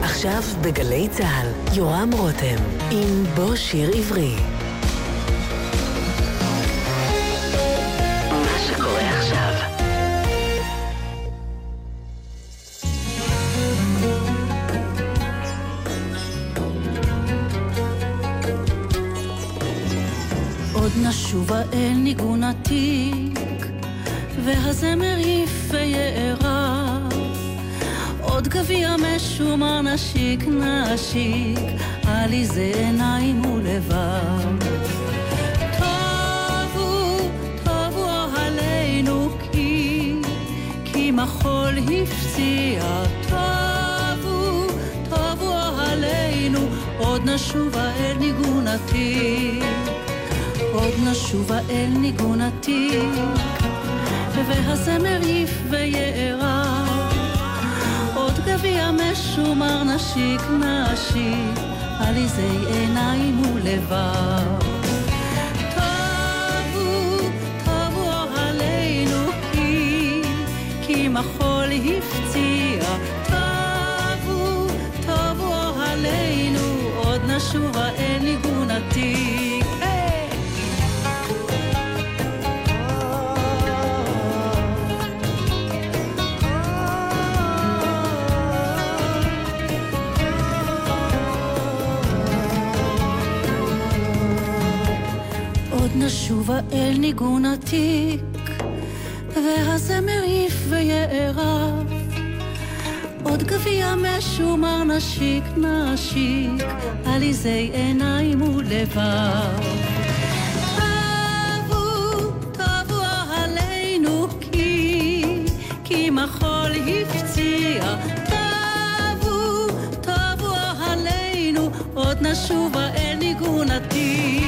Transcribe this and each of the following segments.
עכשיו בגלי צהל, יורם רותם, עם בוא שיר עברי. מה שקורה עכשיו. עוד נשובה אל ניגון עתיק, והזמר יפה יערה, עוד גביע משומר נשיק נשיק, עליזה עיניים ולבב. טובו, טובו עלינו כי מחול הפציע. טובו, טובו עלינו, עוד נשובה אל ניגון עתיק, עוד נשובה אל ניגון עתיק, והזמר יפה יערה, עוד גביע משומר נשיק נשיק, עליזה עיניים ולבב. טובו, טובו עלינו כי מחול הפציע. טובו, טובו עלינו, עוד נשובה אל ניגון עתיק. נשובה אל ניגון עתיק, והזמר יפה יערב, עוד גביע משומר נשיק נשיק, עליזי עיניים ולבב. טובו, טובו עלינו כי מחול הפציע. טובו, טובו עלינו, עוד נשובה אל ניגון עתיק.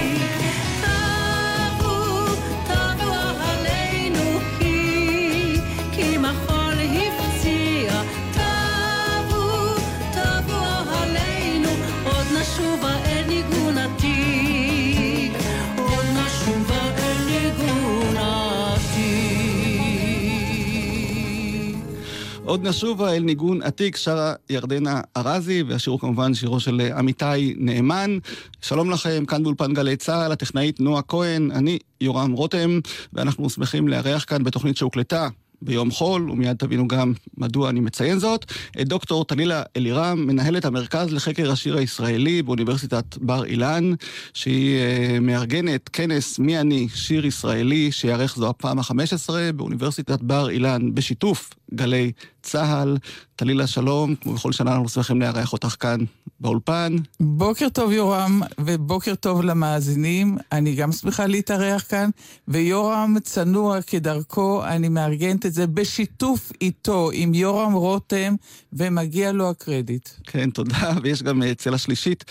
עוד נשובה אל ניגון עתיק, שרה ירדנה ארזי, והשיר הוא כמובן שירו של עמיתי נאמן. שלום לכם, כאן באולפן גלי צהל, הטכנאית נועה כהן, אני יורם רותם, ואנחנו שמחים לארח כאן בתוכנית שהוקלטה ביום חול, ומיד תבינו גם מדוע אני מציין זאת, את דוקטור תלילה אלירם, מנהלת המרכז לחקר השיר הישראלי באוניברסיטת בר אילן, שהיא מארגנת כנס מי אני שיר ישראלי, שיערך זו הפעם ה-15 באוניברסיטת בר אילן, בשיתוף גלי צהל. תלילה, שלום, כמו בכל שנה אנחנו שמחים לארח אותך כאן באולפן. בוקר טוב יורם, ובוקר טוב למאזינים. אני גם שמחה להתארח כאן, ויורם צנוע כדרכו, אני מארגנת את זה בשיתוף איתו, עם יורם רותם, ומגיע לו הקרדיט. כן, תודה, ויש גם צלע שלישית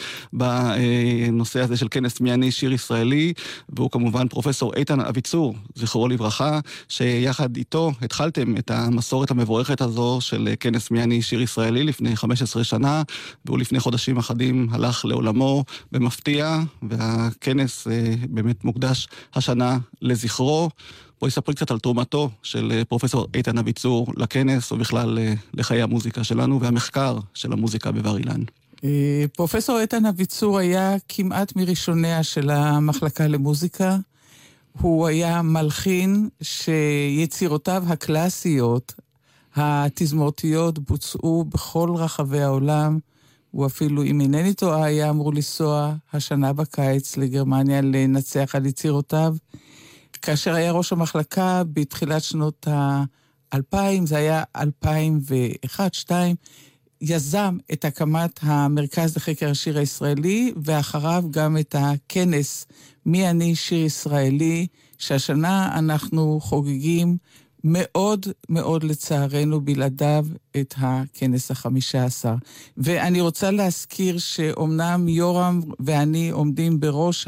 בנושא הזה של כנס מי אני שיר ישראלי, והוא כמובן פרופסור איתן אביצור, זכרו לברכה, שיחד איתו התחלתם את המסורת המבורכת הזו של כנס מי אני שיר ישראלי לפני 15 שנה, והוא לפני חודשים אחדים הלך לעולמו במפתיע, והכנס באמת מוקדש השנה לזכרו. בואי ספרי קצת על תרומתו של פרופסור איתן אביצור לכנס, ובכלל לחיי המוזיקה שלנו והמחקר של המוזיקה בבר אילן. פרופסור איתן אביצור היה כמעט מראשוניה של המחלקה למוזיקה. הוא היה מלחין שיצירותיו הקלאסיות, התזמורתיות, בוצעו בכל רחבי העולם. הוא אפילו, אם אינני טועה, היה אמור לנסוע השנה בקיץ לגרמניה לנצח על יצירותיו. כאשר היה ראש המחלקה בתחילת שנות ה-2000, זה היה 2001-2002, יזם את הקמת המרכז לחקר השיר הישראלי, ואחריו גם את הכנס מי אני שיר ישראלי, שהשנה אנחנו חוגגים מאוד מאוד לצערנו בלעדיו את הכנס ה-15. ואני רוצה להזכיר שאומנם יורם ואני עומדים בראש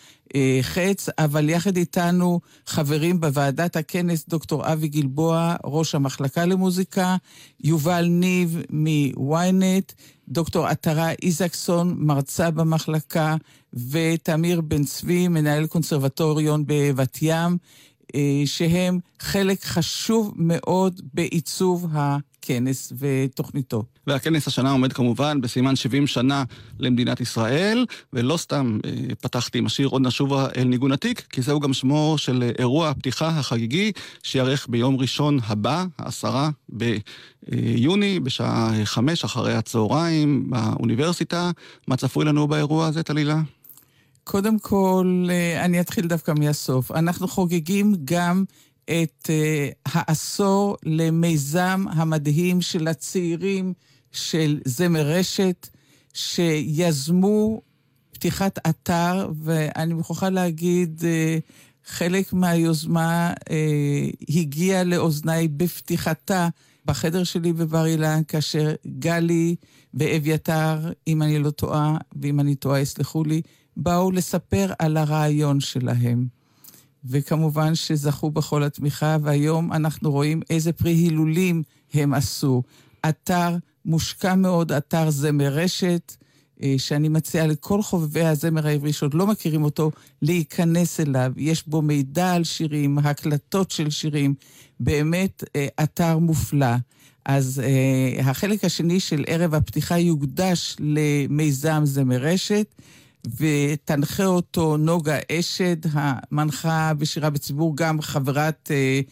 החץ, אבל יחד איתנו חברים בוועדת הכנס דוקטור אבי גלבוע, ראש המחלקה למוזיקה, יובל ניב מוויינט, דוקטור עטרה איזקסון, מרצה במחלקה, ותמיר בן צבי, מנהל קונסרבטוריון בבת ים, שהם חלק חשוב מאוד בעיצוב הכנס ותוכניתו. והכנס השנה עומד כמובן בסימן 70 שנה למדינת ישראל, ולא סתם פתחתי עם השיר עוד נשובה אל ניגון עתיק, כי זהו גם שמו של אירוע הפתיחה החגיגי שיערך ביום ראשון הבא, 10 ביוני, בשעה 5 אחרי הצהריים באוניברסיטה. מה צפוי לנו באירוע הזה, תלילה? קודם כל, אני אתחיל דווקא מהסוף. אנחנו חוגגים גם את העשור למיזם המדהים של הצעירים של זמר רשת, שיזמו פתיחת אתר, ואני מוכרחה להגיד, חלק מהיוזמה הגיע לאוזניי בפתיחתה בחדר שלי בבר אילן, כאשר גלי ואביתר, אם אני לא טועה, ואם אני טועה, יסלחו לי, באו לספר על הרעיון שלהם. וכמובן שזכו בכל התמיכה, והיום אנחנו רואים איזה פרי הילולים הם עשו. אתר מושקע מאוד, אתר זמר רשת, שאני מציעה לכל חובבי הזמר העברי שעוד לא מכירים אותו, להיכנס אליו. יש בו מידע על שירים, הקלטות של שירים, באמת אתר מופלא. אז החלק השני של ערב הפתיחה יוקדש למיזם זמר רשת, ותנחה אותו נוגה אשד, המנחה בשירה בציבור, גם חברת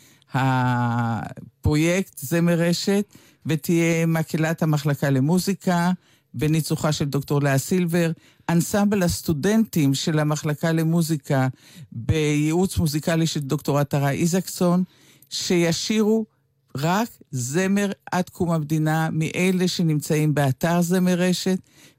הפרויקט זמר רשת, ותהיה מקהלת המחלקה למוזיקה, בניצוחה של דוקטור לאה סילבר, אנסמבל הסטודנטים של המחלקה למוזיקה, בייעוץ מוזיקלי של דוקטור עטרה איזקסון, שישירו רק זמר עד קום המדינה, מאלה שנמצאים באתר זמר רשת,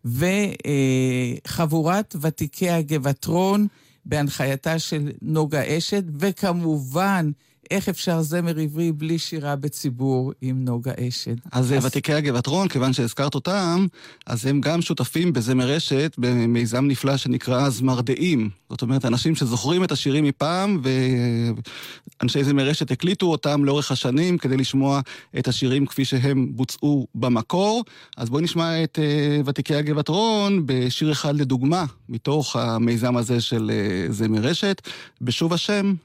וחבורת ותיקי הגבעתרון, בהנחייתה של נוגה אשד, וכמובן, איך אפשר זמר עברי בלי שירה בציבור עם נוגה אשד. אז ותיקי הגבעתרון, כיוון שהזכרת אותם, אז הם גם שותפים בזמר רשת, במיזם נפלא שנקרא זמרדעים. זאת אומרת, אנשים שזוכרים את השירים מפעם, ואנשי זמר רשת הקליטו אותם לאורך השנים, כדי לשמוע את השירים כפי שהם בוצעו במקור. אז בואי נשמע את ותיקי הגבעתרון בשיר אחד לדוגמה, מתוך המיזם הזה של זמר רשת, בשוב השם.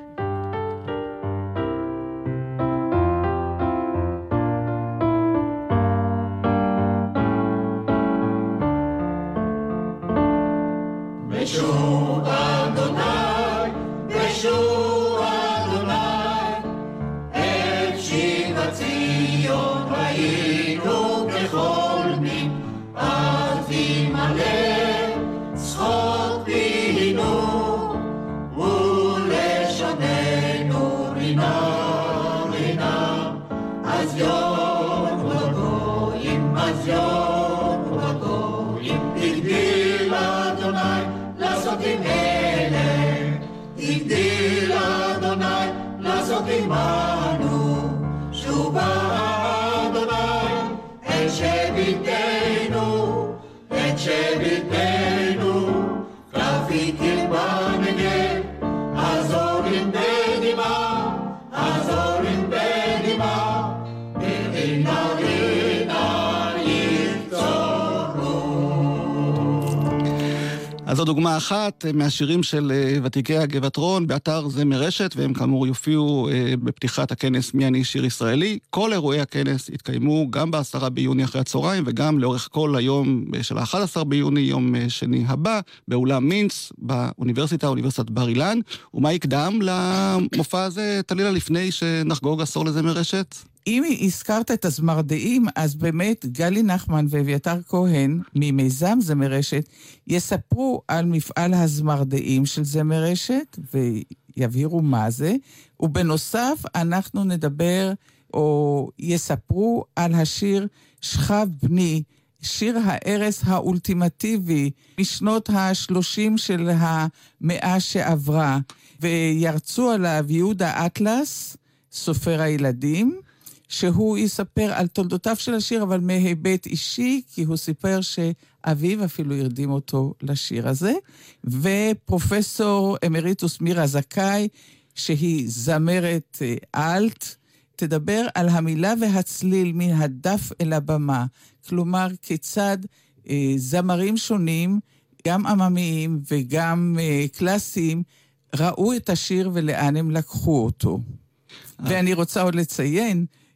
בשוב אדוני, בשוב אדוני, את שיבת ציון היינו כחולמים, אז ימלא צחוק פינו, ולשוננו רינה רינה, אז יום לגויים, אז יום לגויים, הגדיל אדוני לעשות עם אלה, הגדיל אדוני לעשות עמנו, שובה אדוני את שביתנו, את שביתנו, כפי קרבה נגד, עזורים בנימה, עזורים בנימה, ברינה רינה יבצורו. אז זו דוגמה אחת מהשירים של ותיקי הגבעתרון באתר זמר רשת, והם כאמור יופיעו בפתיחת הכנס מי אני שיר ישראלי. כל אירועי הכנס יתקיימו גם ב10 ביוני אחרי הצהריים, וגם לאורך כל היום של ה11 ביוני, יום שני הבא, באולם מינץ, אוניברסיטת בר אילן. ומה יקדם למופע הזה, תלילה, לפני שנחגוג עשור לזמר רשת? אם הזכרת את הזמרדעים, אז באמת גלי נחמן ואביתר כהן ממיזם זמר רשת יספרו על מפעל הזמרדעים של זמר רשת ויבהירו מה זה, ובנוסף אנחנו נדבר או יספרו על השיר שכב בני, שיר הערס האולטימטיבי משנות ה-30 של המאה שעברה, וירצו עליו יהודה אטלס, סופר הילדים, שהוא יספר על תולדותיו של השיר, אבל מהיבט אישי, כי הוא סיפר שאביו אפילו הרדים אותו לשיר הזה, ופרופסור אמריטוס מירה זכאי, שהיא זמרת אלט, תדבר על המילה והצליל מן הדף אל הבמה, כלומר כיצד זמרים שונים, גם עממיים וגם קלאסיים, ראו את השיר ולאן הם לקחו אותו. ואני רוצה עוד לציין,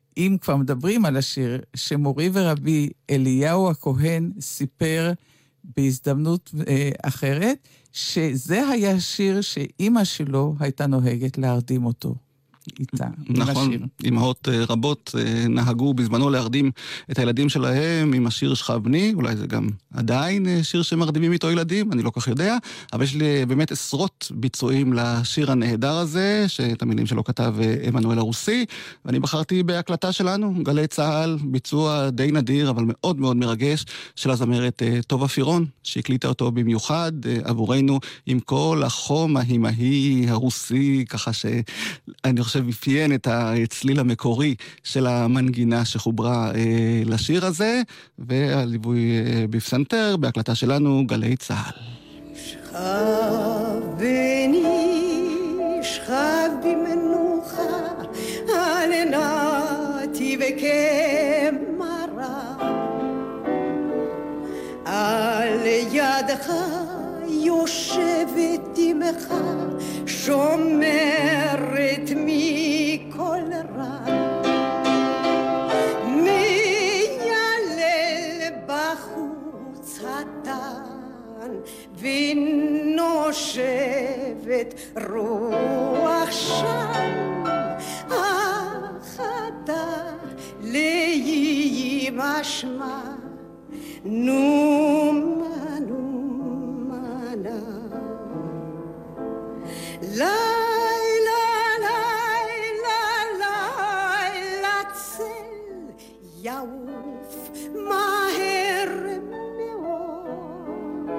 אם כבר מדברים על השיר, שמורי ורבי אליהו הכהן סיפר בהזדמנות אחרת, שזה היה שיר שאימא שלו הייתה נוהגת להרדים אותו איתה. נכון, אמהות רבות נהגו בזמנו להרדים את הילדים שלהם עם השיר שכב בני, אולי זה גם עדיין שיר שמרדימים איתו ילדים, אני לא כך יודע, אבל יש לי באמת עשרות ביצועים לשיר הנהדר הזה, שאת המילים שלו כתב אמנואל הרוסי, ואני בחרתי בהקלטה שלנו, גלי צהל, ביצוע די נדיר, אבל מאוד מאוד מרגש, של הזמרת טובה פירון, שהקליטה אותו במיוחד עבורנו, עם כל החום ההימהי הרוסי, ככה שאני חושב אפיין את הצליל המקורי של המנגינה שחוברה לשיר הזה, והליווי בפסנתר, בהקלטה שלנו, גלי צהל. שכב בני, שכב במנוחה, על נתי וכמרה, על ידך יושבת אמך, שומרת מכל רע, מיילל בחוץ התן ונושבת רוח שם, אך אתה ליהי משמע נומה נומה נא. לילה, לילה, לילה צל יעוף מהר מאוד.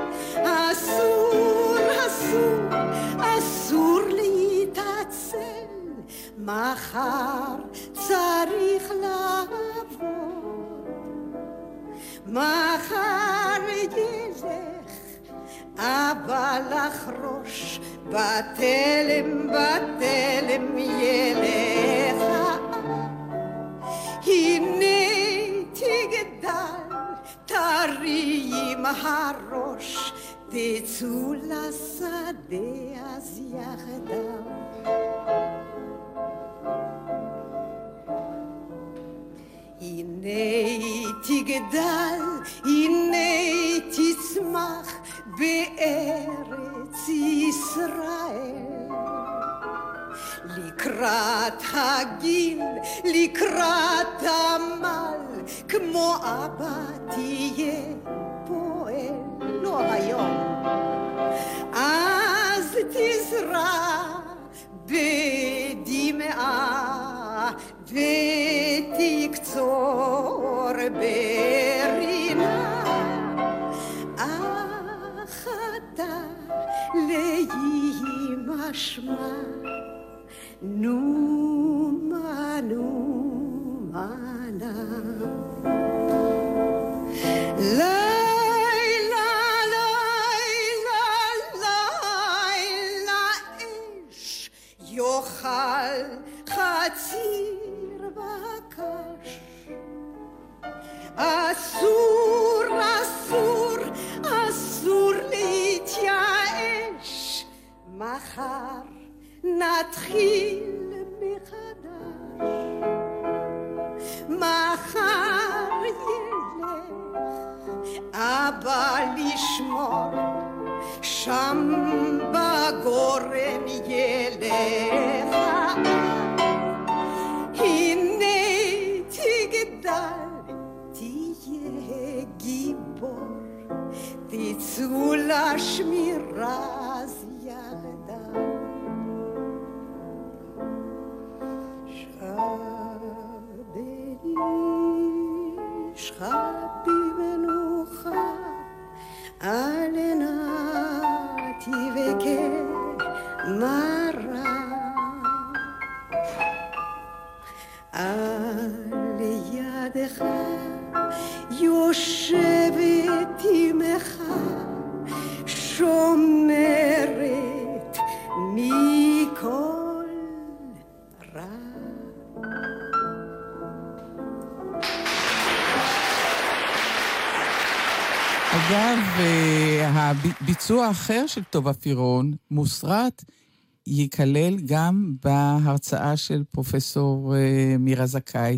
אסור, אסור, אסור להתעצל, מחר צריך לעבוד. מחר ילך אבא לחרוש, בתלם, בתלם ילך. הנה תגדל, תרים הראש, תצאו לשדה אז יחדיו. הנה תגדל, הנה תצמח בארץ ישראל. לקראת הגיל, לקראת עמל, כמו אבא תהיה פועל. לא היום, אז תזרע בדמעה ותקצור ברינה, אך אתה ליהי משמע נומה נומה נא. לילה, לילה, לילה אש יאכל חציר בקש. אסור, אסור, אסור להתייאש, מחר נתחיל מחדש. מחר ילך אבא לשמור, שם בגורן ילך. הנה תגדל, תהיה גיבור, תצאו לשמירה אז יחדיו. שכבני, שכבי מנוחה, על נתי וכמרה, על ידך יושבת אמך, שומרת מכל רע. אגב, הביצוע האחר של טובה פירון, מוסרט, ייכלל גם בהרצאה של פרופסור מירה זכאי.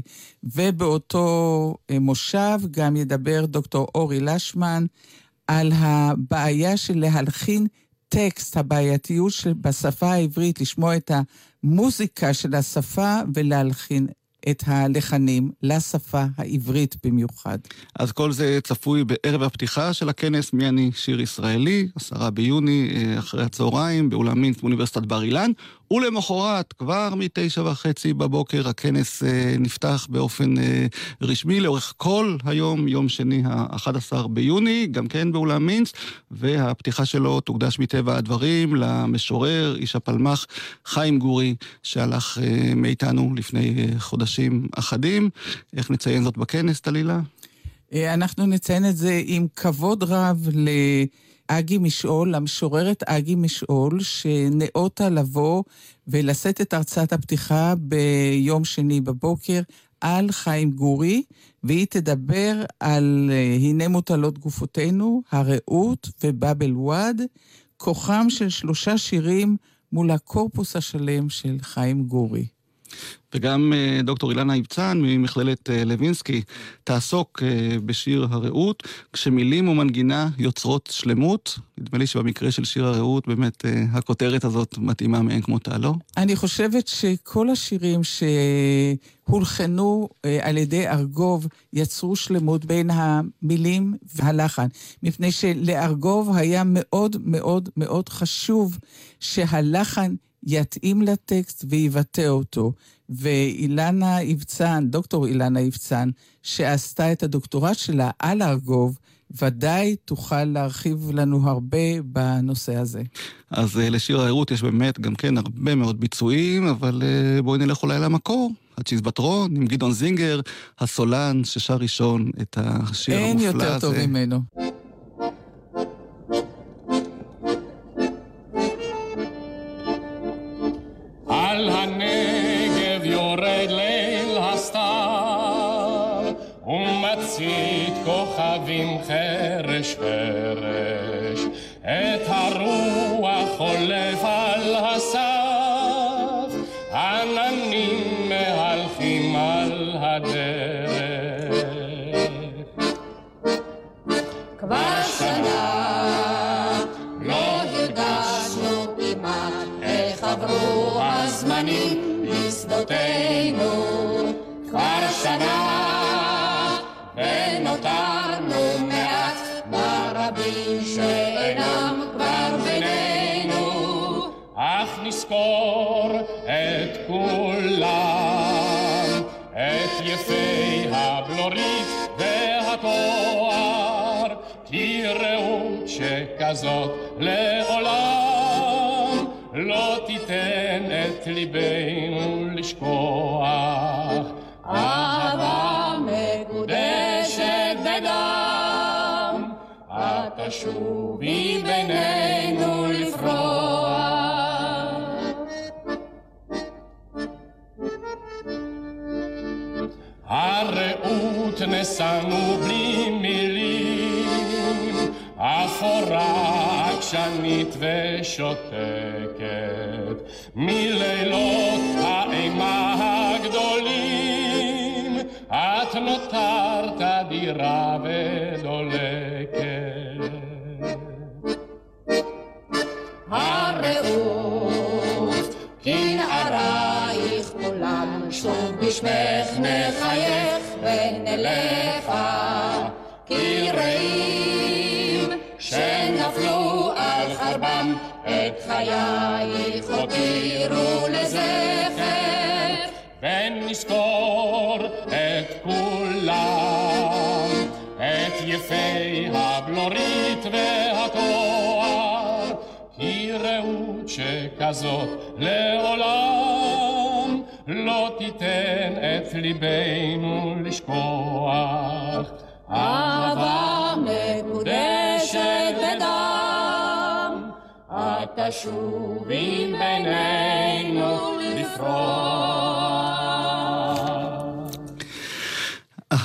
ובאותו מושב גם ידבר דוקטור אורי לשמן על הבעיה של להלחין טקסט, הבעייתיות בשפה העברית, לשמוע את המוזיקה של השפה ולהלחין את הלחנים לשפה העברית במיוחד. אז כל זה צפוי בערב הפתיחה של הכנס מי אני שיר ישראלי, 10 ביוני, אחרי הצהריים, באולם מינץ באוניברסיטת בר אילן, ולמחרת, כבר 9:30 בבוקר, הכנס נפתח באופן רשמי לאורך כל היום, יום שני ה-11 ביוני, גם כן באולם מינץ, והפתיחה שלו תוקדש מטבע הדברים למשורר, איש הפלמח, חיים גורי, שהלך מאיתנו לפני חודשים אחדים. איך נציין זאת בכנס, תלילה? אנחנו נציין את זה עם כבוד רב לאגי משעול, המשוררת אגי משעול, שנאותה לבוא ולשאת את הרצאת הפתיחה ביום שני בבוקר על חיים גורי, והיא תדבר על הנה מוטלות גופותינו, הרעות ובבל וואד, כוחם של 3 שירים מול הקורפוס השלם של חיים גורי. וגם דוקטור אילנה איבצן ממכללת לוינסקי תעסוק בשיר הרעות, כשמילים ומנגינה יוצרות שלמות. נדמה לי שבמקרה של שיר הרעות באמת הכותרת הזאת מתאימה מאין כמותה, לא? אני חושבת שכל השירים שהולחנו על ידי ארגוב יצרו שלמות בין המילים והלחן, מפני שלארגוב היה מאוד מאוד מאוד חשוב שהלחן יתאים לטקסט ויבטא אותו. ואילנה איבצן, דוקטור אילנה איבצן, שעשתה את הדוקטורט שלה על ארגוב, ודאי תוכל להרחיב לנו הרבה בנושא הזה. אז לשיר הרעות יש באמת גם כן הרבה מאוד ביצועים, אבל בואי נלך אולי למקור. הצ'יזבטרון עם גדעון זינגר, הסולן ששר ראשון את השיר המופלא הזה. אין יותר טוב ממנו. על הנגב יורד ליל הסתיו ומצית כוכבים חרש חרש, את הרוח חולף על הסף, עננים מהלכים על הדרך. כבר שנה לא הרגשנו כמעט איך עברו הזמנים בשדותינו. כבר שנה ונותרנו מעט ברבים שאינם כבר בינינו, אך נזכור את כולם, את יפי הבלורית והתואר, כי רעות שכזאת לעולם לא תיתן את ליבנו לשכוח. אהבה מקודשת בדם, את תשובי בינינו לפרוח. הרעות נסענו בלי מילים, אפורה עקשנית ושותקת, מלילות האימה הגדולים את נותרת אדירה ודולקת. הרעות כנערייך כולם, שוב בשמך נחייך ונלכה, כי רעים שנפלו על חרבם את חייך הותירו לזכר, ונזכור את כולם, את יפי הבלורית והתואר, כי רעות שכזאת לעולם לא תיתן את ליבנו לשכוח. אהבה מקודשת בדם, את תשובי בינינו לפרוח.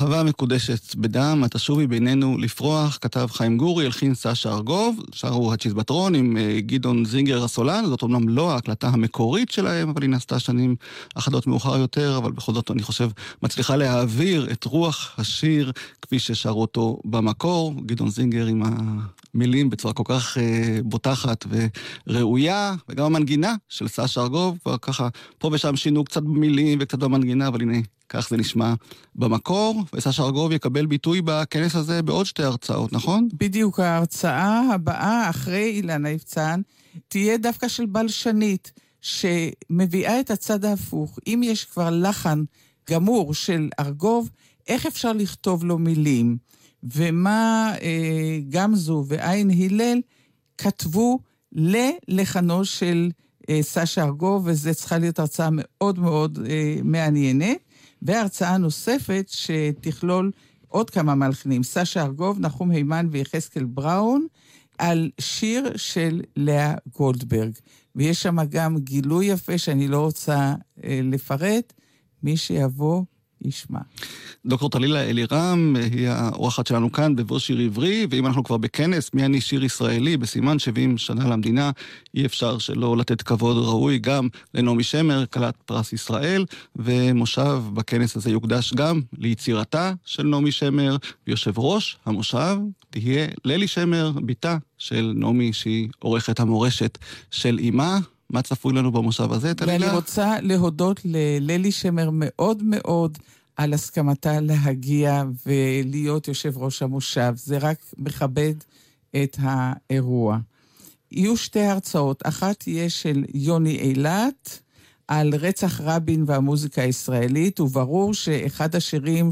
אהבה מקודשת בדם, אתה שובי בינינו לפרוח, כתב חיים גורי, הלחין סשה ארגוב, שרו הצ'יזבטרון עם גדעון זינגר הסולן, זאת אומנם לא ההקלטה המקורית שלהם, אבל היא נעשתה שנים אחדות מאוחר יותר, אבל בכל זאת אני חושב מצליחה להעביר את רוח השיר כפי ששרו אותו במקור, גדעון זינגר עם המילים בצורה כל כך בוטחת וראויה, וגם המנגינה של סשה ארגוב, כבר ככה פה ושם שינו קצת במילים וקצת במנגינה, אבל הנה כך זה נשמע במקור, וסשה ארגוב יקבל ביטוי בכנס הזה בעוד 2 הרצאות, נכון? בדיוק, ההרצאה הבאה אחרי אילנה יפצן תהיה דווקא של בלשנית, שמביאה את הצד ההפוך. אם יש כבר לחן גמור של ארגוב, איך אפשר לכתוב לו מילים? ומה גמזו ועין הלל כתבו ללחנו של סשה ארגוב, וזה צריכה להיות הרצאה מאוד מאוד מעניינת. והרצאה נוספת שתכלול עוד כמה מלחינים, סשה ארגוב, נחום הימן ויחזקאל בראון, על שיר של לאה גולדברג. ויש שם גם גילוי יפה שאני לא רוצה לפרט, מי שיבוא ישמע. דוקטור טלילה אלירם היא האורחת שלנו כאן בבוא שיר עברי, ואם אנחנו כבר בכנס מי אני שיר ישראלי בסימן 70 שנה למדינה, אי אפשר שלא לתת כבוד ראוי גם לנעמי שמר, כלת פרס ישראל, ומושב בכנס הזה יוקדש גם ליצירתה של נעמי שמר, ויושב ראש המושב תהיה ללי שמר, ביתה של נעמי שהיא עורכת המורשת של אימה. מה צפוי לנו במושב הזה, טלילה? ואני רוצה להודות לללי שמר מאוד מאוד על הסכמתה להגיע ולהיות יושב ראש המושב. זה רק מכבד את האירוע. יהיו 2 הרצאות. אחת תהיה של יוני אילת על רצח רבין והמוזיקה הישראלית, וברור שאחד השירים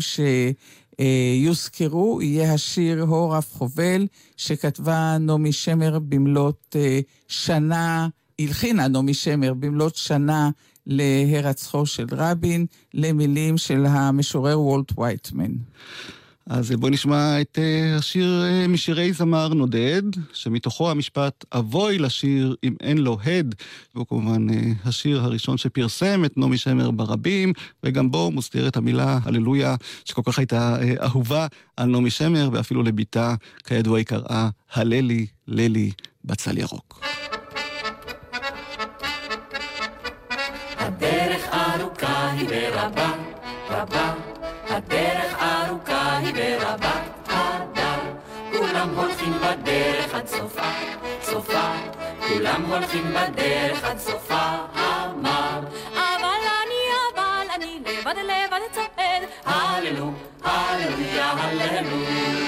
שיוזכרו יהיה השיר הורף חובל, שכתבה נעמי שמר במלאת שנה, הלחינה נעמי שמר במלאת שנה להירצחו של רבין, למילים של המשורר וולט ווייטמן. אז בוא נשמע את השיר משירי זמר נודד, שמתוכו המשפט אבוי לשיר אם אין לו הד, והוא כמובן השיר הראשון שפרסם את נעמי שמר ברבים, וגם בו מוזכרת המילה הללויה, שכל כך הייתה אהובה על נעמי שמר, ואפילו לביתה, כידוע היא קראה הללי, ללי, בצל ירוק. הדרך ארוכה היא ברבה, רבה, הדרך ארוכה היא ברבה, הדר, כולם הולכים בדרך עד סופה, סופה, כולם הולכים בדרך עד סופה, אמר, אבל אני לבד לבד צועד, הללו, הללויה, הללו,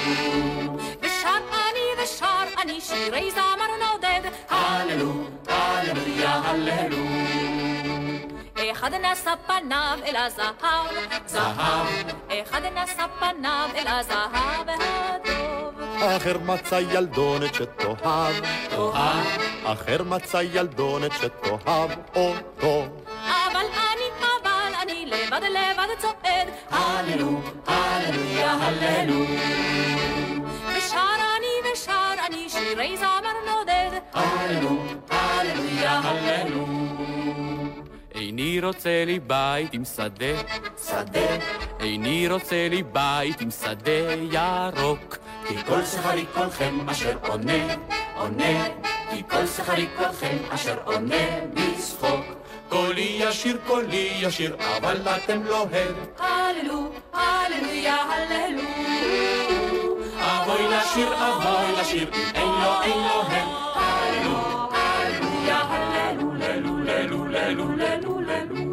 ושר אני שירי זמר נודד, הללו, הללויה, הללו. אחד נשא פניו אל הזהב, זהב, אחד נשא פניו אל הזהב הטוב. אחר מצא ילדונת שתאהב, תאהב, אחר מצא ילדונת שתאהב אותו. אבל אני לבד לבד צועד, הללו, הללויה, הללו. ושר אני שירי זמר נודד, הללו, הללויה, הללו. איני רוצה לי בית עם שדה, שדה, איני רוצה לי בית עם שדה ירוק, כי כל שכרי כולכם אשר עונה, עונה, כי כל שכרי כולכם אשר עונה בשחוק. קולי ישיר, אבל אתם לא הד. הללו, הללויה, הללו. אבוי לשיר, אם אין לו הד. הללו, הללויה, הללו, ללו, ללו, ללו, ללו, ללו.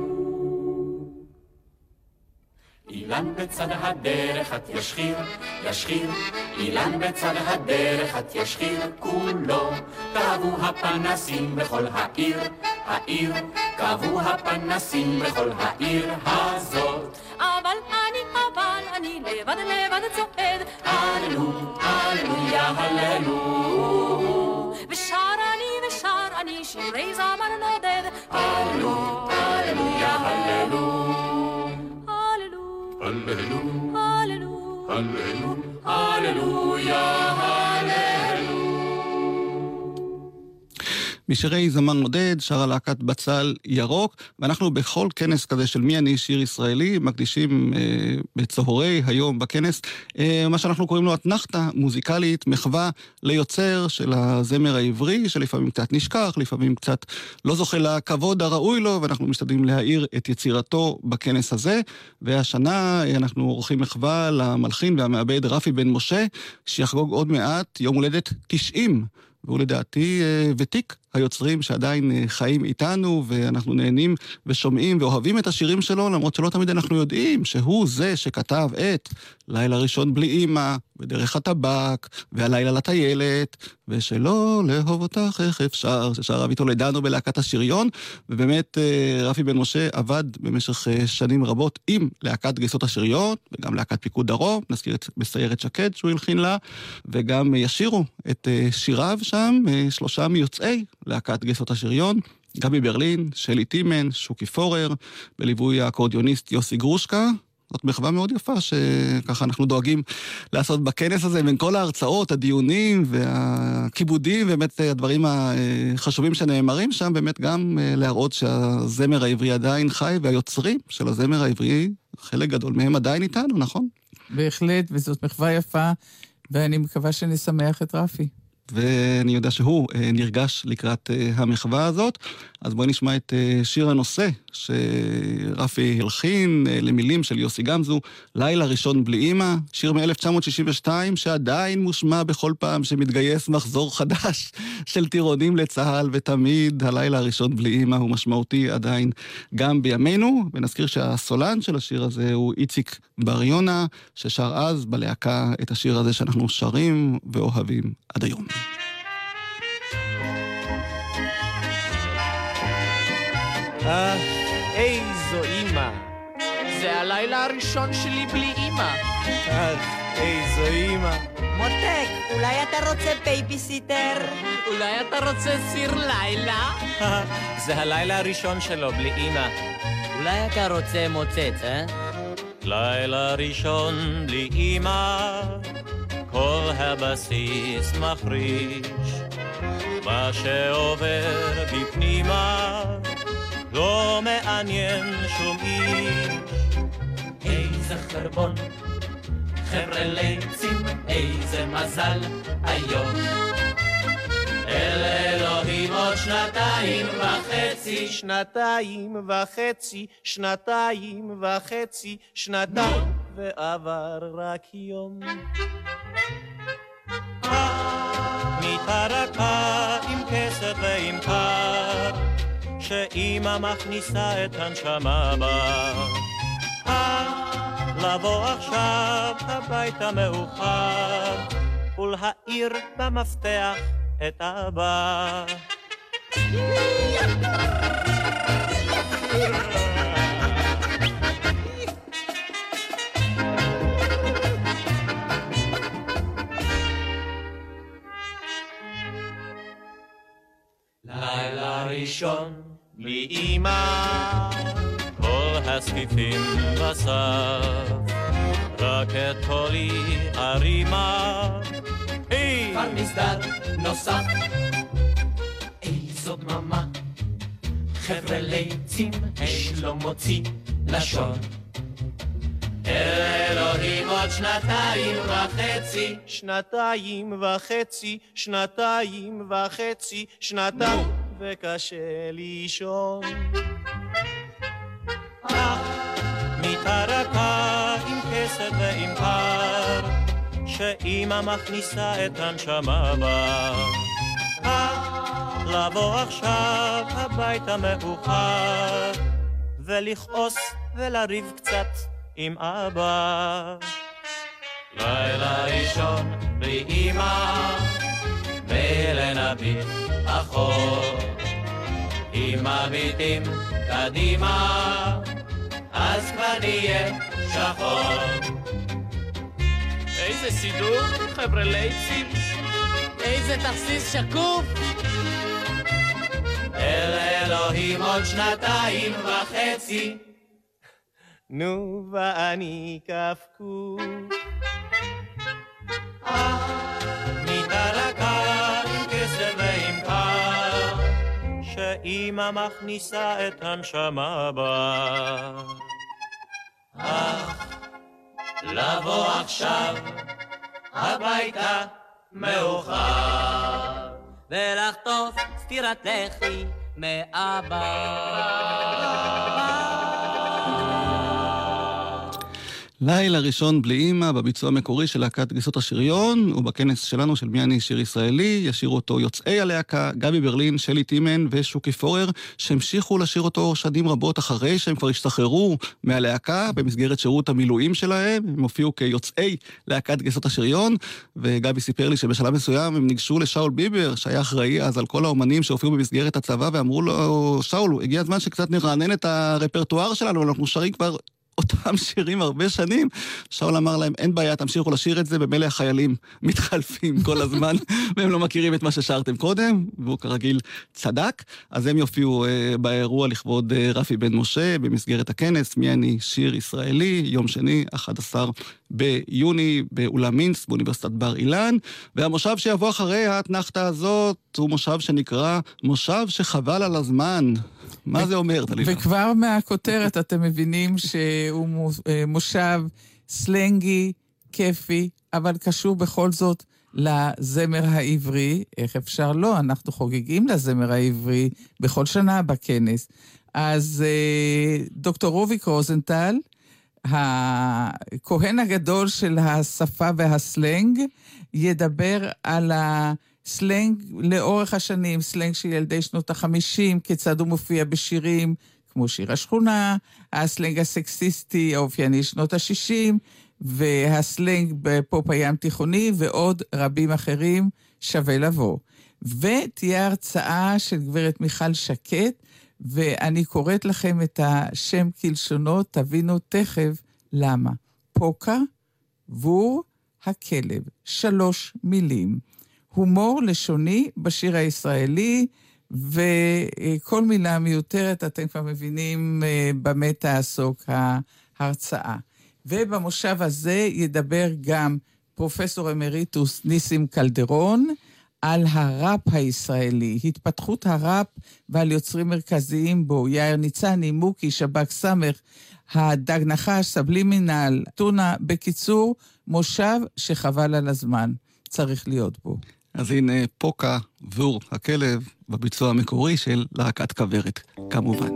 אילן בצד הדרך את ישחיר, ישחיר, אילן בצד הדרך את ישחיר כולו. קבו הפנסים בכל העיר, העיר, קבו הפנסים בכל העיר הזאת. אבל אני לבד לבד צועד, הללו, הללויה, הללו. ושר אני שירי זמר נודד, הללו, הללויה, הללו. הללו, הללו, הללו, הללו, הללויה, הללו. משירי זמר מודד, שרה להקת בצל ירוק, ואנחנו בכל כנס כזה של מי אני שיר ישראלי, מקדישים בצהרי היום בכנס, מה שאנחנו קוראים לו אתנחתא מוזיקלית, מחווה ליוצר של הזמר העברי, שלפעמים קצת נשכח, לפעמים קצת לא זוכה לכבוד הראוי לו, ואנחנו משתדלים להאיר את יצירתו בכנס הזה, והשנה אנחנו עורכים מחווה למלחין והמעבד רפי בן משה, שיחגוג עוד מעט יום הולדת 90, והוא לדעתי ותיק היוצרים שעדיין חיים איתנו, ואנחנו נהנים ושומעים ואוהבים את השירים שלו, למרות שלא תמיד אנחנו יודעים שהוא זה שכתב את לילה ראשון בלי אמא, בדרך הטבק, והלילה לטיילת, ושלא לאהוב אותך איך אפשר, ששר רבי טולדנו בלהקת השריון, ובאמת רפי בן משה עבד במשך שנים רבות עם להקת גייסות השריון, וגם להקת פיקוד דרום, נזכיר את בסיירת שקד שהוא הלחין לה, וגם ישירו את שיריו שם, 3 מיוצאי להקת גייסות השריון, גבי ברלין, שלי טימן, שוקי פורר, בליווי האקורדיוניסט יוסי גרושקה. זאת מחווה מאוד יפה שככה אנחנו דואגים לעשות בכנס הזה, בין כל ההרצאות, הדיונים והכיבודים, באמת הדברים החשובים שנאמרים שם, באמת גם להראות שהזמר העברי עדיין חי, והיוצרים של הזמר העברי, חלק גדול מהם עדיין איתנו, נכון? בהחלט, וזאת מחווה יפה, ואני מקווה שנשמח את רפי. ואני יודע שהוא נרגש לקראת המחווה הזאת. אז בואי נשמע את שיר הנושא שרפי הלחין למילים של יוסי גמזו, לילה ראשון בלי אמא, שיר מ-1962 שעדיין מושמע בכל פעם שמתגייס מחזור חדש של טירונים לצהל, ותמיד הלילה הראשון בלי אמא הוא משמעותי עדיין גם בימינו. ונזכיר שהסולן של השיר הזה הוא איציק בר יונה, ששר אז בלהקה את השיר הזה שאנחנו שרים ואוהבים עד היום. איזו אמא. זה הלילה הראשון שלי בלי אמא. איזו אמא. מותק, אולי אתה רוצה בייביסיטר? אולי אתה רוצה סיר לילה? זה הלילה הראשון שלו בלי אמא. אולי אתה רוצה מוצץ, לילה ראשון בלי אמא, כל הבסיס מחריש, מה שעובר בפנימה לא מעניין שום איש. איזה חרבון, חבר'ה ליצים, איזה מזל היום. אל אלוהים עוד 2.5 שנתיים, ועבר רק יום. מתרקה עם כסף ועם קר, שאמא מכניסה את הנשמה בה. לבוא עכשיו הביתה מאוחר, ולהאיר במפתח את אבא. לילה ראשון בלי אמא, כל הספיפים בסף, רק את קולי הרימה. כבר מסדר נוסף, איזו דממה, חבר'ה ליצים, אש לא מוציא לשון. אל אלוהים עוד 2.5 שנתיים, וקשה לישון. מתרקה עם כסף ועם קר, שאמא מכניסה את הנשמה בה. לבוא עכשיו הביתה מאוחר, ולכעוס ולריב קצת עם אבא. לילה ראשון בלי אמא, ולנביט אחור, אם מביטים קדימה, אז כבר נהיה שחור. איזה סידור, חבר'ה ליצים. איזה תכסיס שקוף. אל אלוהים עוד 2.5. נו ואני קפקו. מתרקה עם כסף ועם קר, שאמא מכניסה את הנשמה בה. לבוא עכשיו הביתה מאוחר ולחטוף סטירת לחי מאבא. לילה ראשון בלי אמא, בביצוע המקורי של להקת גייסות השריון, ובכנס שלנו של מי אני שיר ישראלי, ישירו אותו יוצאי הלהקה, גבי ברלין, שלי טימן ושוקי פורר, שהמשיכו לשיר אותו שנים רבות אחרי שהם כבר השתחררו מהלהקה, במסגרת שירות המילואים שלהם, הם הופיעו כיוצאי להקת גייסות השריון, וגבי סיפר לי שבשלב מסוים הם ניגשו לשאול ביבר, שהיה אחראי אז על כל האומנים שהופיעו במסגרת הצבא, ואמרו לו, שאול, הגיע הזמן שקצת נרענן את הרפרטואר שלנו, אנחנו שרים כבר אותם שירים הרבה שנים. שאול אמר להם, אין בעיה, תמשיכו לשיר את זה, במילא החיילים מתחלפים כל הזמן, והם לא מכירים את מה ששרתם קודם, והוא כרגיל צדק. אז הם יופיעו באירוע לכבוד רפי בן משה, במסגרת הכנס, מי אני שיר ישראלי, יום שני, 11 ביוני, באולם מינסק, באוניברסיטת בר אילן, והמושב שיבוא אחרי האתנחתה הזאת, הוא מושב שנקרא מושב שחבל על הזמן. מה זה אומר, תלילה? וכבר מהכותרת אתם מבינים שהוא מושב סלנגי, כיפי, אבל קשור בכל זאת לזמר העברי. איך אפשר לא? אנחנו חוגגים לזמר העברי בכל שנה בכנס. אז דוקטור רוביק רוזנטל, הכהן הגדול של השפה והסלנג, ידבר על סלנג לאורך השנים, סלנג של ילדי שנות ה-50, כיצד הוא מופיע בשירים כמו שיר השכונה, הסלנג הסקסיסטי, האופייני שנות ה-60, והסלנג בפופ הים תיכוני, ועוד רבים אחרים, שווה לבוא. ותהיה הרצאה של גברת מיכל שקט, ואני קוראת לכם את השם כלשונו, תבינו תכף למה. פוקה, בור, הכלב, 3 מילים. הומור לשוני בשיר הישראלי, וכל מילה מיותרת, אתם כבר מבינים במה תעסוק ההרצאה. ובמושב הזה ידבר גם פרופסור אמריטוס ניסים קלדרון, על הראפ הישראלי, התפתחות הראפ ועל יוצרים מרכזיים בו, יאיר ניצני, מוקי, שבק סמך, הדג נחש, סבלימינל, טונה, בקיצור, מושב שחבל על הזמן, צריך להיות בו. אז הנה פוקה, בור, הכלב, בביצוע המקורי של להקת כוורת, כמובן.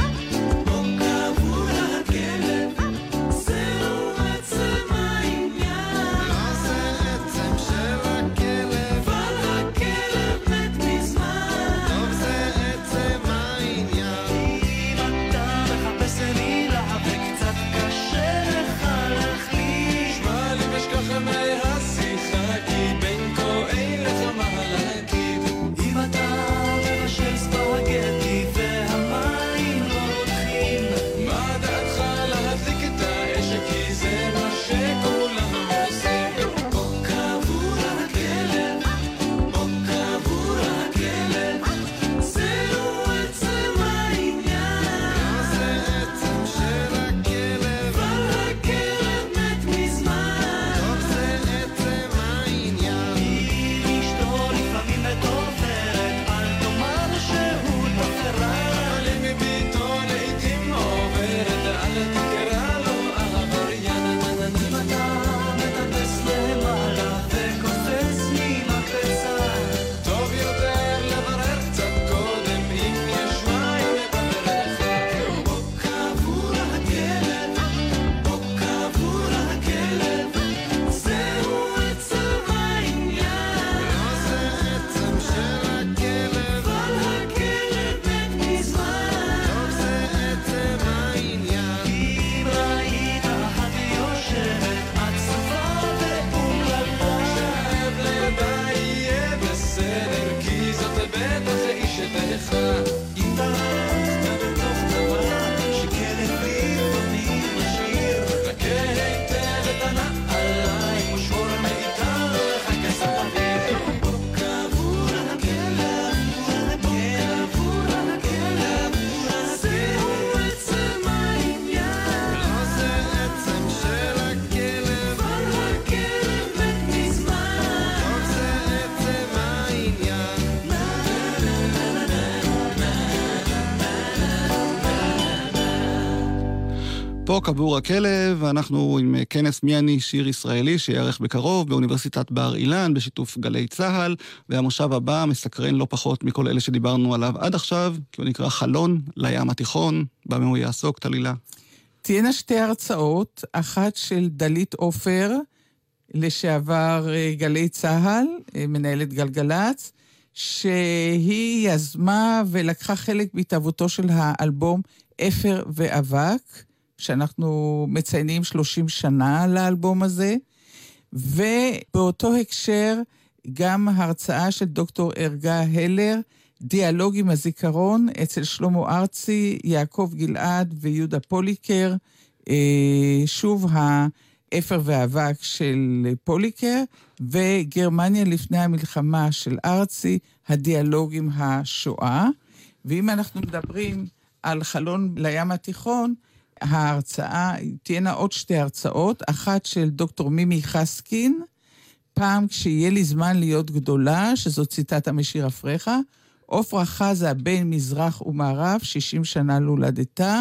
Yeah. פה קבור הכלב, ואנחנו עם כנס מי אני שיר ישראלי שיערך בקרוב באוניברסיטת בר אילן בשיתוף גלי צהל, והמושב הבא מסקרן לא פחות מכל אלה שדיברנו עליו עד עכשיו, כי הוא נקרא חלון לים התיכון. במה הוא יעסוק, תלילה? תהיינה שתי הרצאות, אחת של דלית עופר, לשעבר גלי צהל, מנהלת גלגלץ, שהיא יזמה ולקחה חלק בהתהוותו של האלבום אפר ואבק, שאנחנו מציינים 30 שנה לאלבום הזה, ובאותו הקשר גם הרצאה של דוקטור ארגה הלר, דיאלוג עם הזיכרון, אצל שלמה ארצי, יעקב גלעד ויהודה פוליקר, שוב האפר והאבק של פוליקר, וגרמניה לפני המלחמה של ארצי, הדיאלוג עם השואה. ואם אנחנו מדברים על חלון לים התיכון, ההרצאה, תהיינה עוד שתי הרצאות, אחת של דוקטור מימי חסקין, פעם כשיהיה לי זמן להיות גדולה, שזו ציטטה משיר אפריך, עופרה חזה בין מזרח ומערב, 60 שנה להולדתה,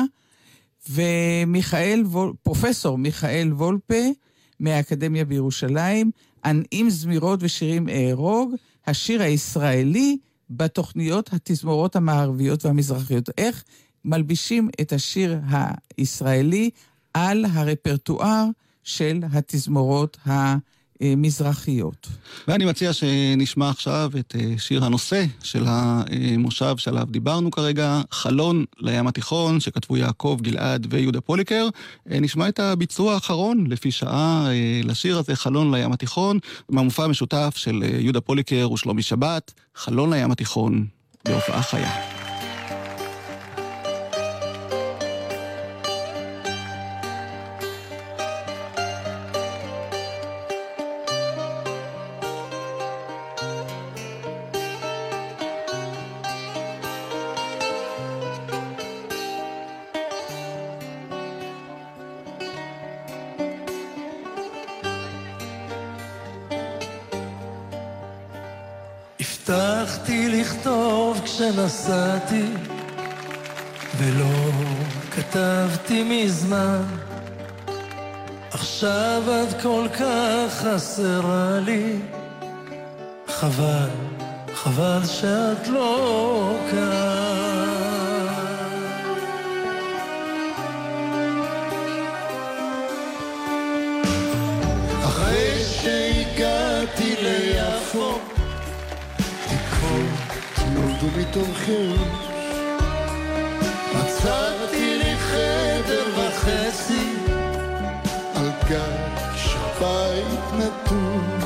פרופסור מיכאל וולפה, מהאקדמיה בירושלים, ענעים זמירות ושירים אהרוג, השיר הישראלי בתוכניות התזמורות המערביות והמזרחיות. איך מלבישים את השיר הישראלי על הרפרטואר של התזמורות המזרחיות. ואני מציע שנשמע עכשיו את שיר הנושא של המושב שעליו דיברנו כרגע, חלון לים התיכון, שכתבו יעקב גלעד ויהודה פוליקר. נשמע את הביצוע האחרון לפי שעה לשיר הזה, חלון לים התיכון, מהמופע המשותף של יהודה פוליקר ושלומי שבת, חלון לים התיכון, בהופעה חיה. הבטחתי לכתוב כשנסעתי ולא כתבתי מזמן, עכשיו את כל כך חסרה לי, חבל, חבל שאת לא כאן. אחרי שהגעתי ליפו נולדו מתומכים, מצאתי לי חדר וחצי על גג של בית נטוש.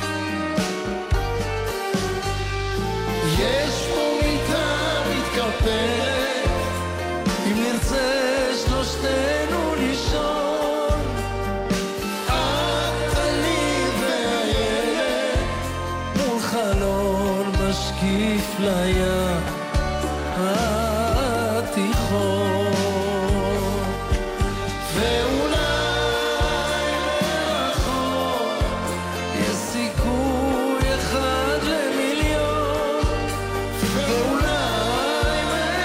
יש פה מיטה מתקפלת, אם נרצה שלושתנו לישון, את, אני והילד מול חלון משקיף לים התיכון. ואולי מרחוק יש סיכוי אחד למיליון, ואולי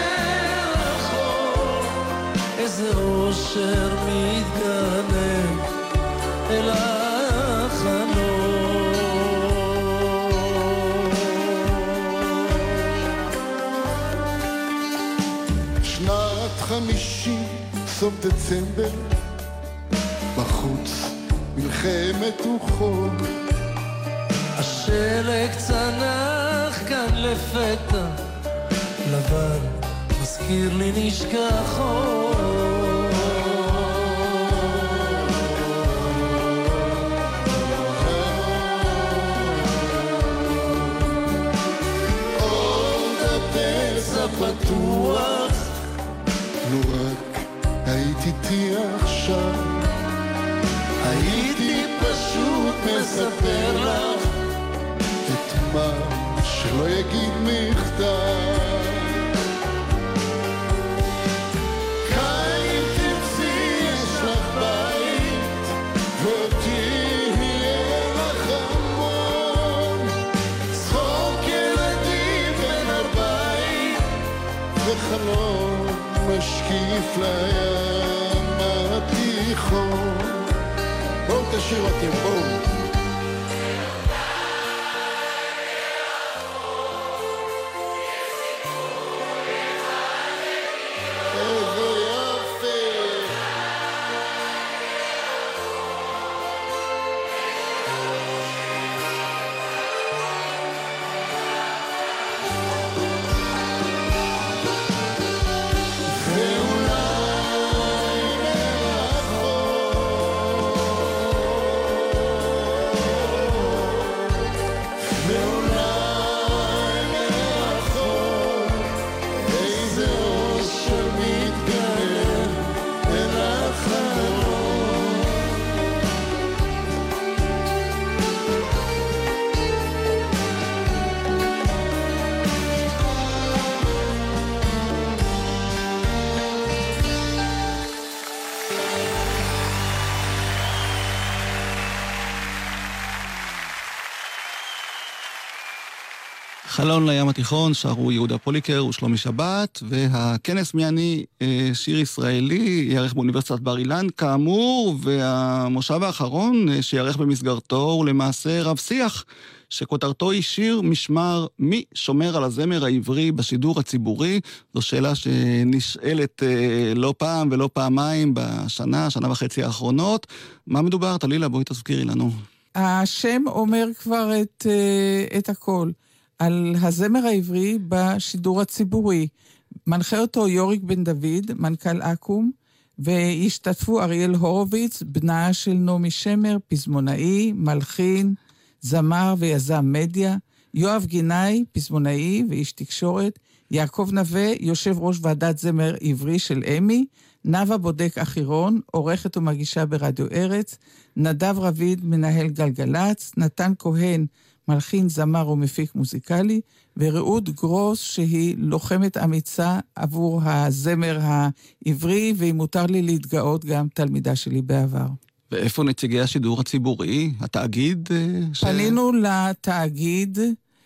מרחוק איזה אושר מתגנב אל החלום. שנת 50, סוף דצמבר, בחוץ מלחמת וחור, השלג צנח כאן לפתע, לבן מזכיר לי נשכחות. עוד הפצע פתוח, לו רק היית איתי עכשיו, הייתי פשוט מספר לך את מה שלא יגיד מכתב. כאן אם תרצי יש לך בית, ואותי יהיה לך המון, צחוק ילדים בין 40 וחלום משקיף לים בתיכון. בואו תשאיר אותי, בואו. חלון לים התיכון, שרו יהודה פוליקר ושלומי שבת, והכנס מי אני שיר ישראלי יערך באוניברסיטת בר אילן, כאמור, והמושב האחרון שיערך במסגרתו הוא למעשה רב שיח, שכותרתו היא שיר משמר מי שומר על הזמר העברי בשידור הציבורי. זו שאלה שנשאלת לא פעם ולא פעמיים בשנה וחצי האחרונות. מה מדובר? תלילה, בואי תזכירי לנו. השם אומר כבר את הכל. על הזמר העברי בשידור הציבורי. מנחה אותו יוריק בן דוד, מנכ"ל אקום, והשתתפו אריאל הורוביץ, בנה של נעמי שמר, פזמונאי, מלחין, זמר ויזם מדיה, יואב גינאי, פזמונאי ואיש תקשורת, יעקב נווה, יושב ראש ועדת זמר עברי של אמי, נווה בודק אחירון, עורכת ומגישה ברדיו ארץ, נדב רביד, מנהל גלגלץ, נתן כהן, מלחין, זמר ומפיק מוזיקלי, ורעות גרוס שהיא לוחמת אמיצה עבור הזמר העברי, ואם מותר לי להתגאות גם תלמידה שלי בעבר. ואיפה נציגי השידור הציבורי, התאגיד? פנינו לתאגיד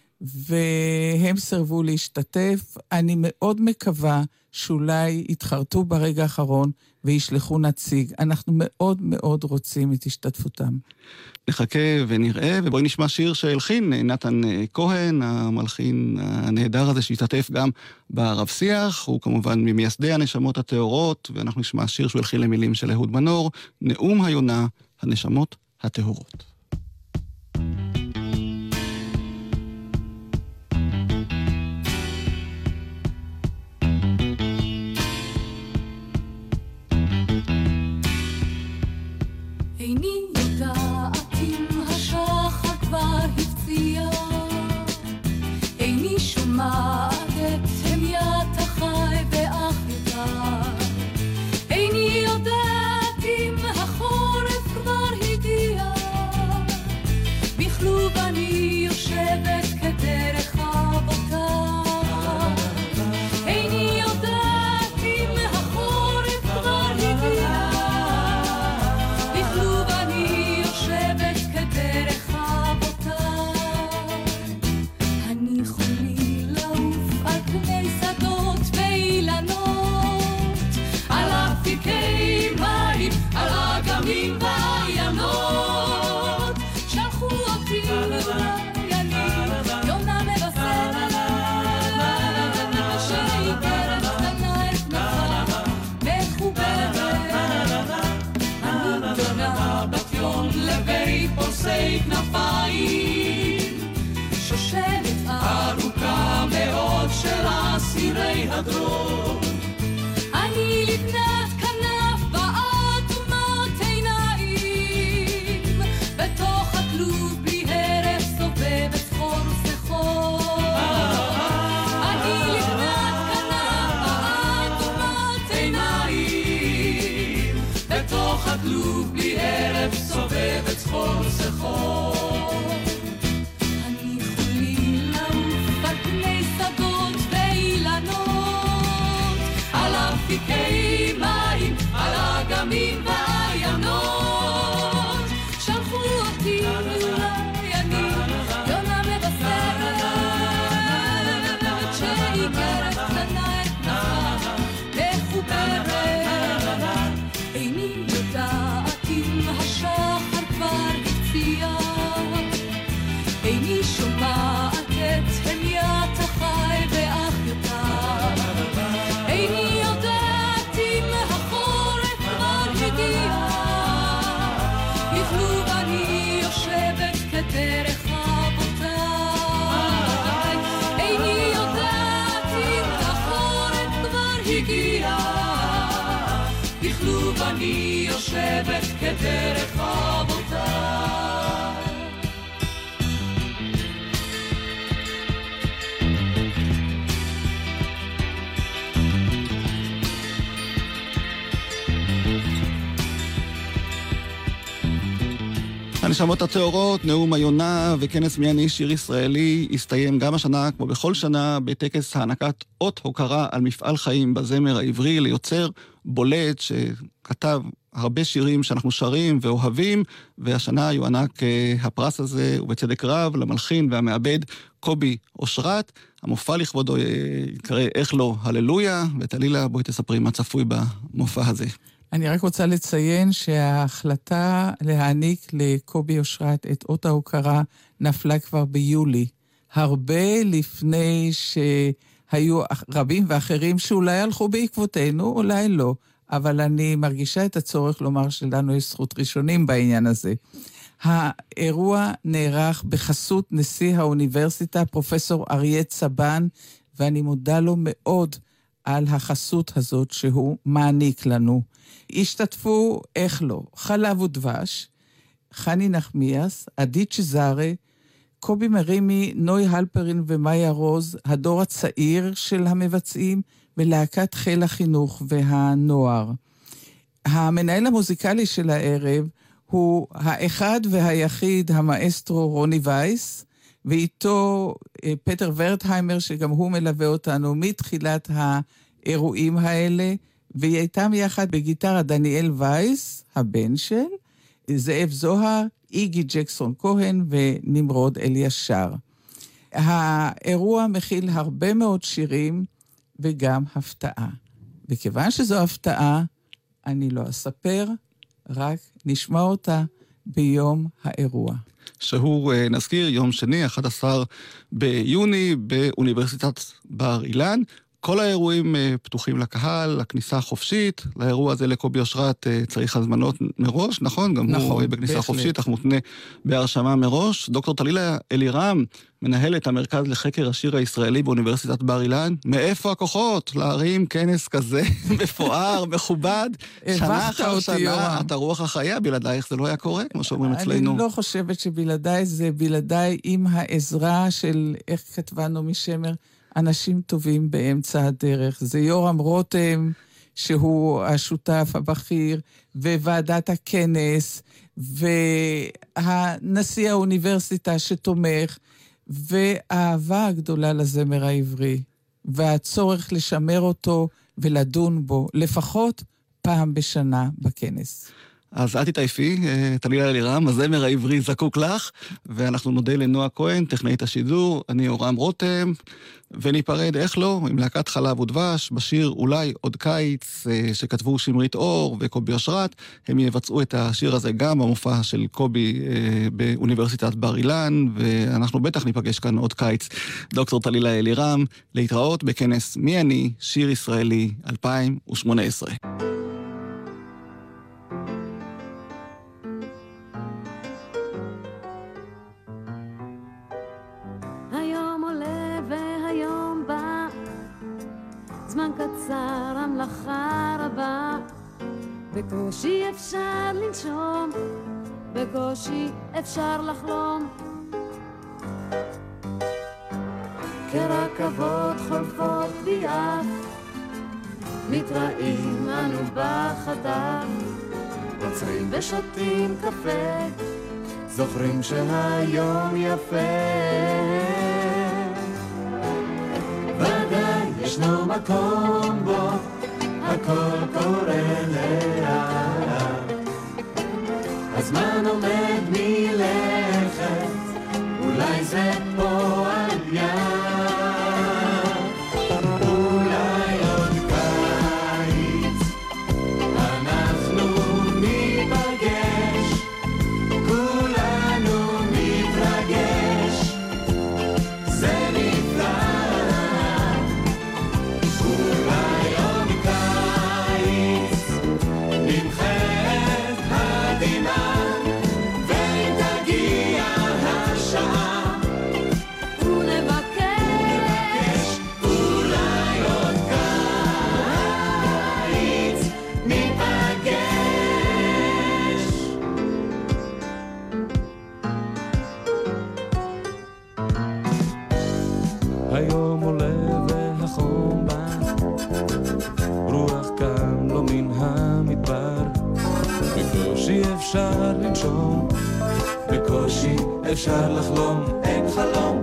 והם סרבו להשתתף. אני מאוד מקווה שאולי יתחרטו ברגע האחרון וישלחו נציג. אנחנו מאוד מאוד רוצים את השתתפותם. נחכה ונראה, ובואי נשמע שיר שהלחין נתן כהן, המלחין הנהדר הזה שהשתתף גם ברב שיח, הוא כמובן ממייסדי הנשמות הטהורות, ואנחנו נשמע שיר שהוא הלחין למילים של אהוד מנור, נאום היונה, הנשמות הטהורות. אני לבנת כנף באטומת עיניים, בתוך הכלוב בלי הרף סובבת חור וסחור. אני לבנת כנף באטומת עיניים, בתוך הכלוב בלי הרף סובבת חור וסחור. אפיקי מים, על אגמים ועיינות, שלחו אותי אולי אני יונה מבשרת, שאיגרת קטנה את נחה מחוברת. איני יודעת הגיעה, בכלוב אני יושבת כדרך אבותיי. הנשמות הטהורות, נאום היונה וכנס מי אני שיר ישראלי הסתיים גם השנה, כמו בכל שנה, בטקס הענקת אות הוקרה על מפעל חיים בזמר העברי ליוצר בולט שכתב הרבה שירים שאנחנו שרים ואוהבים, והשנה יוענק הפרס הזה, ובצדק רב, למלחין והמעבד קובי אושרת. המופע לכבודו יקרא איך לא הללויה, ותלילה בואי תספרי מה צפוי במופע הזה. אני רק רוצה לציין שההחלטה להעניק לקובי אושרת את אות ההוקרה נפלה כבר ביולי, הרבה לפני שהיו רבים ואחרים שאולי הלכו בעקבותינו, אולי לא, אבל אני מרגישה את הצורך לומר שלנו יש זכות ראשונים בעניין הזה. האירוע נערך בחסות נשיא האוניברסיטה, פרופסור אריה צבן, ואני מודה לו מאוד על החסות הזאת שהוא מעניק לנו. השתתפו, איך לא, חלב ודבש, חני נחמיאס, עדי צ'זארה, קובי מרימי, נוי הלפרין ומאיה רוז, הדור הצעיר של המבצעים, ולהקת חיל החינוך והנוער. המנהל המוזיקלי של הערב הוא האחד והיחיד המאסטרו רוני וייס, ואיתו פטר ורטהיימר, שגם הוא מלווה אותנו מתחילת האירועים האלה, ואיתם יחד בגיטרה דניאל וייס, הבן של, זאב זוהר, איגי ג'קסון כהן ונמרוד אלישר. האירוע מכיל הרבה מאוד שירים וגם הפתעה. וכיוון שזו הפתעה, אני לא אספר, רק נשמע אותה ביום האירוע. שהוא, נזכיר, יום שני, 11 ביוני, באוניברסיטת בר אילן. כל האירועים פתוחים לקהל, הכניסה חופשית. לאירוע הזה לקובי אושרת צריך הזמנות מראש, נכון? גם נכון, הוא בכניסה בהחלט. חופשית, אך מותנה בהרשמה מראש. דוקטור תלילה אלירם, מנהלת המרכז לחקר השיר הישראלי באוניברסיטת בר אילן. מאיפה הכוחות להרים כנס כזה מפואר, מכובד? שנה אחר שנה, את הרוח החיה, בלעדייך זה לא היה קורה, כמו שאומרים אצלנו. אני לא חושבת שבלעדיי זה בלעדיי עם העזרה של, איך כתבה נעמי שמר, אנשים טובים באמצע הדרך. זה יורם רותם, שהוא השותף הבכיר, וועדת הכנס, והנשיא האוניברסיטה שתומך, והאהבה הגדולה לזמר העברי, והצורך לשמר אותו ולדון בו, לפחות פעם בשנה בכנס. אז את תתעייפי, תלילה אלירם, הזמר העברי זקוק לך, ואנחנו נודה לנועה כהן, טכנאית השידור, אני יורם רותם, וניפרד, איך לא, עם להקת חלב ודבש, בשיר אולי עוד קיץ, שכתבו שמרית אור וקובי אושרת, הם יבצעו את השיר הזה גם במופע של קובי באוניברסיטת בר אילן, ואנחנו בטח ניפגש כאן עוד קיץ. דוקטור תלילה אלירם, להתראות בכנס מי אני, שיר ישראלי 2018. זמן קצר, המלאכה רבה, בקושי אפשר לנשום, בקושי אפשר לחלום. כרכבות חולפות ביעף, מתראים אנו בחדר, עוצרים ושותים קפה, זוכרים שהיום יפה. ישנו מקום בו הכל קורה לאט, הזמן עומד מלכת, אולי זה פועל יד, אולי עוד קיץ אנחנו ניפגש, כולנו נתרגש, זה נפלא. אפשר לנשום, בקושי אפשר לחלום, אין חלום.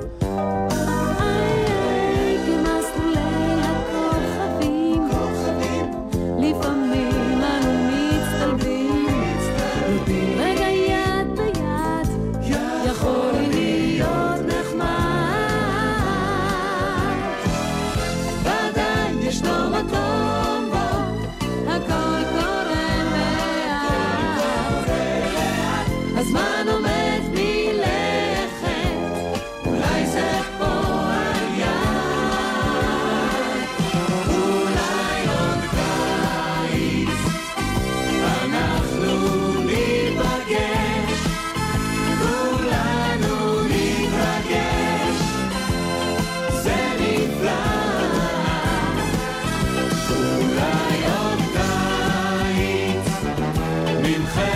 הזמן עומד מלכת, אולי זה פה היד, אולי עוד קיץ, אנחנו ניפגש, כולנו נתרגש, זה נפלא, אולי עוד קיץ, נמחה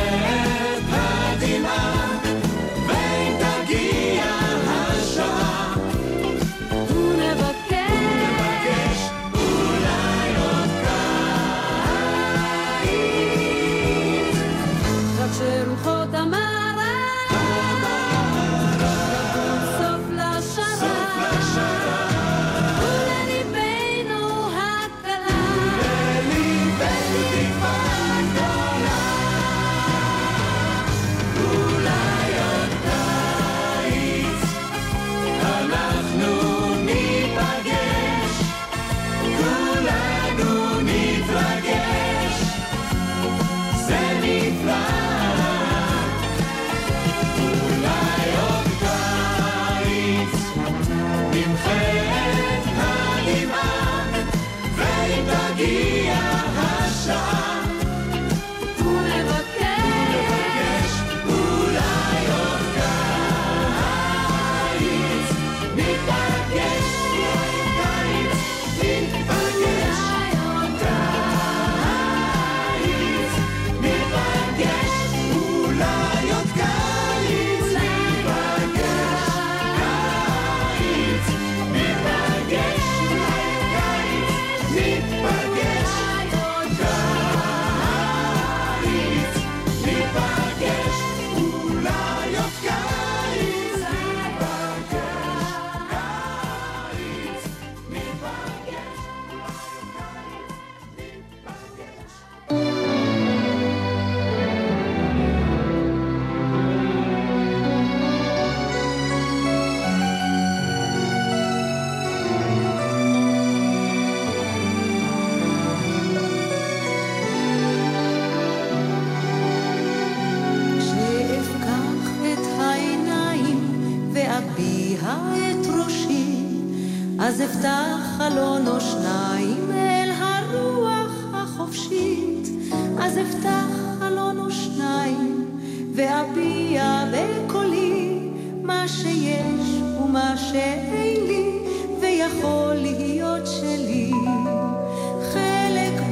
אז אפתח חלון או שניים אל הרוח החופשית, אז אפתח חלון או שניים ואביע בקולי מה שיש ומה שאין לי ויכול להיות שלי, חלק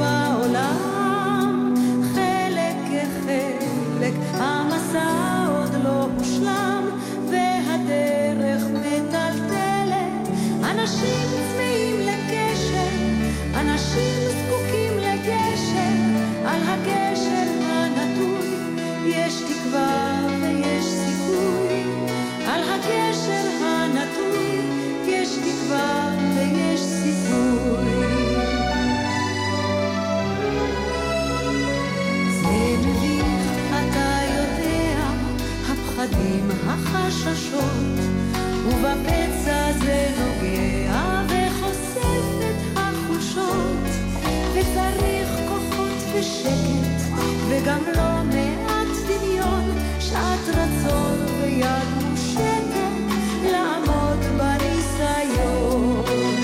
בעולם, חלק כחלק, המסע עוד לא מושלם והדרך מטלטלת, אנשים צמאים לקשר, אנשים זקוקים לגשר, על הגשר הנטוי יש תקווה ויש סיכוי, על הגשר הנטוי יש תקווה ויש סיכוי. זה מביך, אתה יודע, הפחדים, החששות, ובפצע זה נוגע וחושף את החולשות, וצריך כוחות ושקט וגם לא מעט דמיון, שעת רצון ויד מושטת לעמוד בניסיון.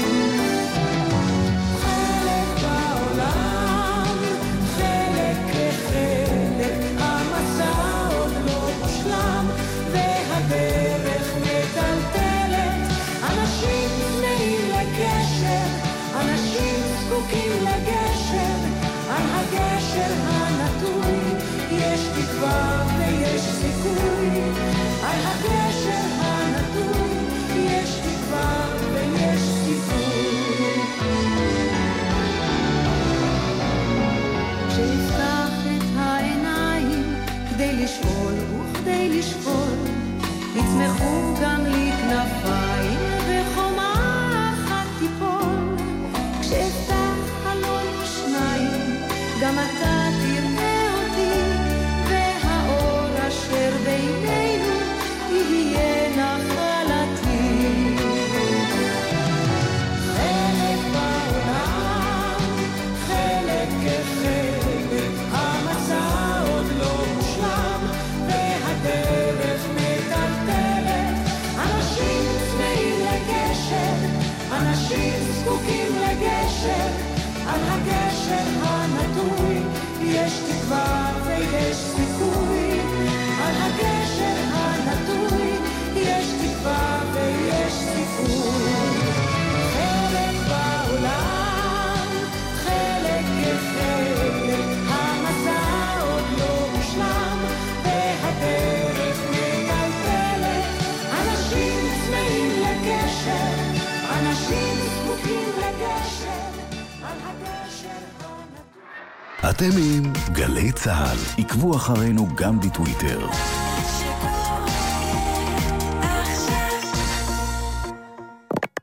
חלק בעולם, חלק כחלק, המסע עוד לא מושלם והדרך מטלטלת, אנשים צמאים לגשר, אנשים זקוקים לגשר, על הגשר הנטוי יש תקווה ויש סיכוי, על הגשר הנטוי יש תקווה ויש סיכוי. כשנפתח את העיניים כדי לשקול, יצמחו גם לי כנפיים וחומה אחת תיפול. כשאפתח חלון או שניים גם אתה תראה אותי, והאור אשר בינינו יהיה נחלתי. חלק בעולם, חלק כחלק, המצע עוד לא מושלם והדרך מטלטלת. אנשים צמאים לגשר, אנשים זקוקים לגשר. על הגשר הנטוי יש תקווה ויש סיכוי. על הגשר הנטוי יש תקווה ויש סיכוי. חלק בעולם, חלק כחלק, המסע עוד לא מושלם והדרך מטלטלת. אנשים צמאים לגשר, אנשים זקוקים לגשר. על הגשר הנטוי. אתם עם גלי צהל, עקבו אחרינו גם בטוויטר.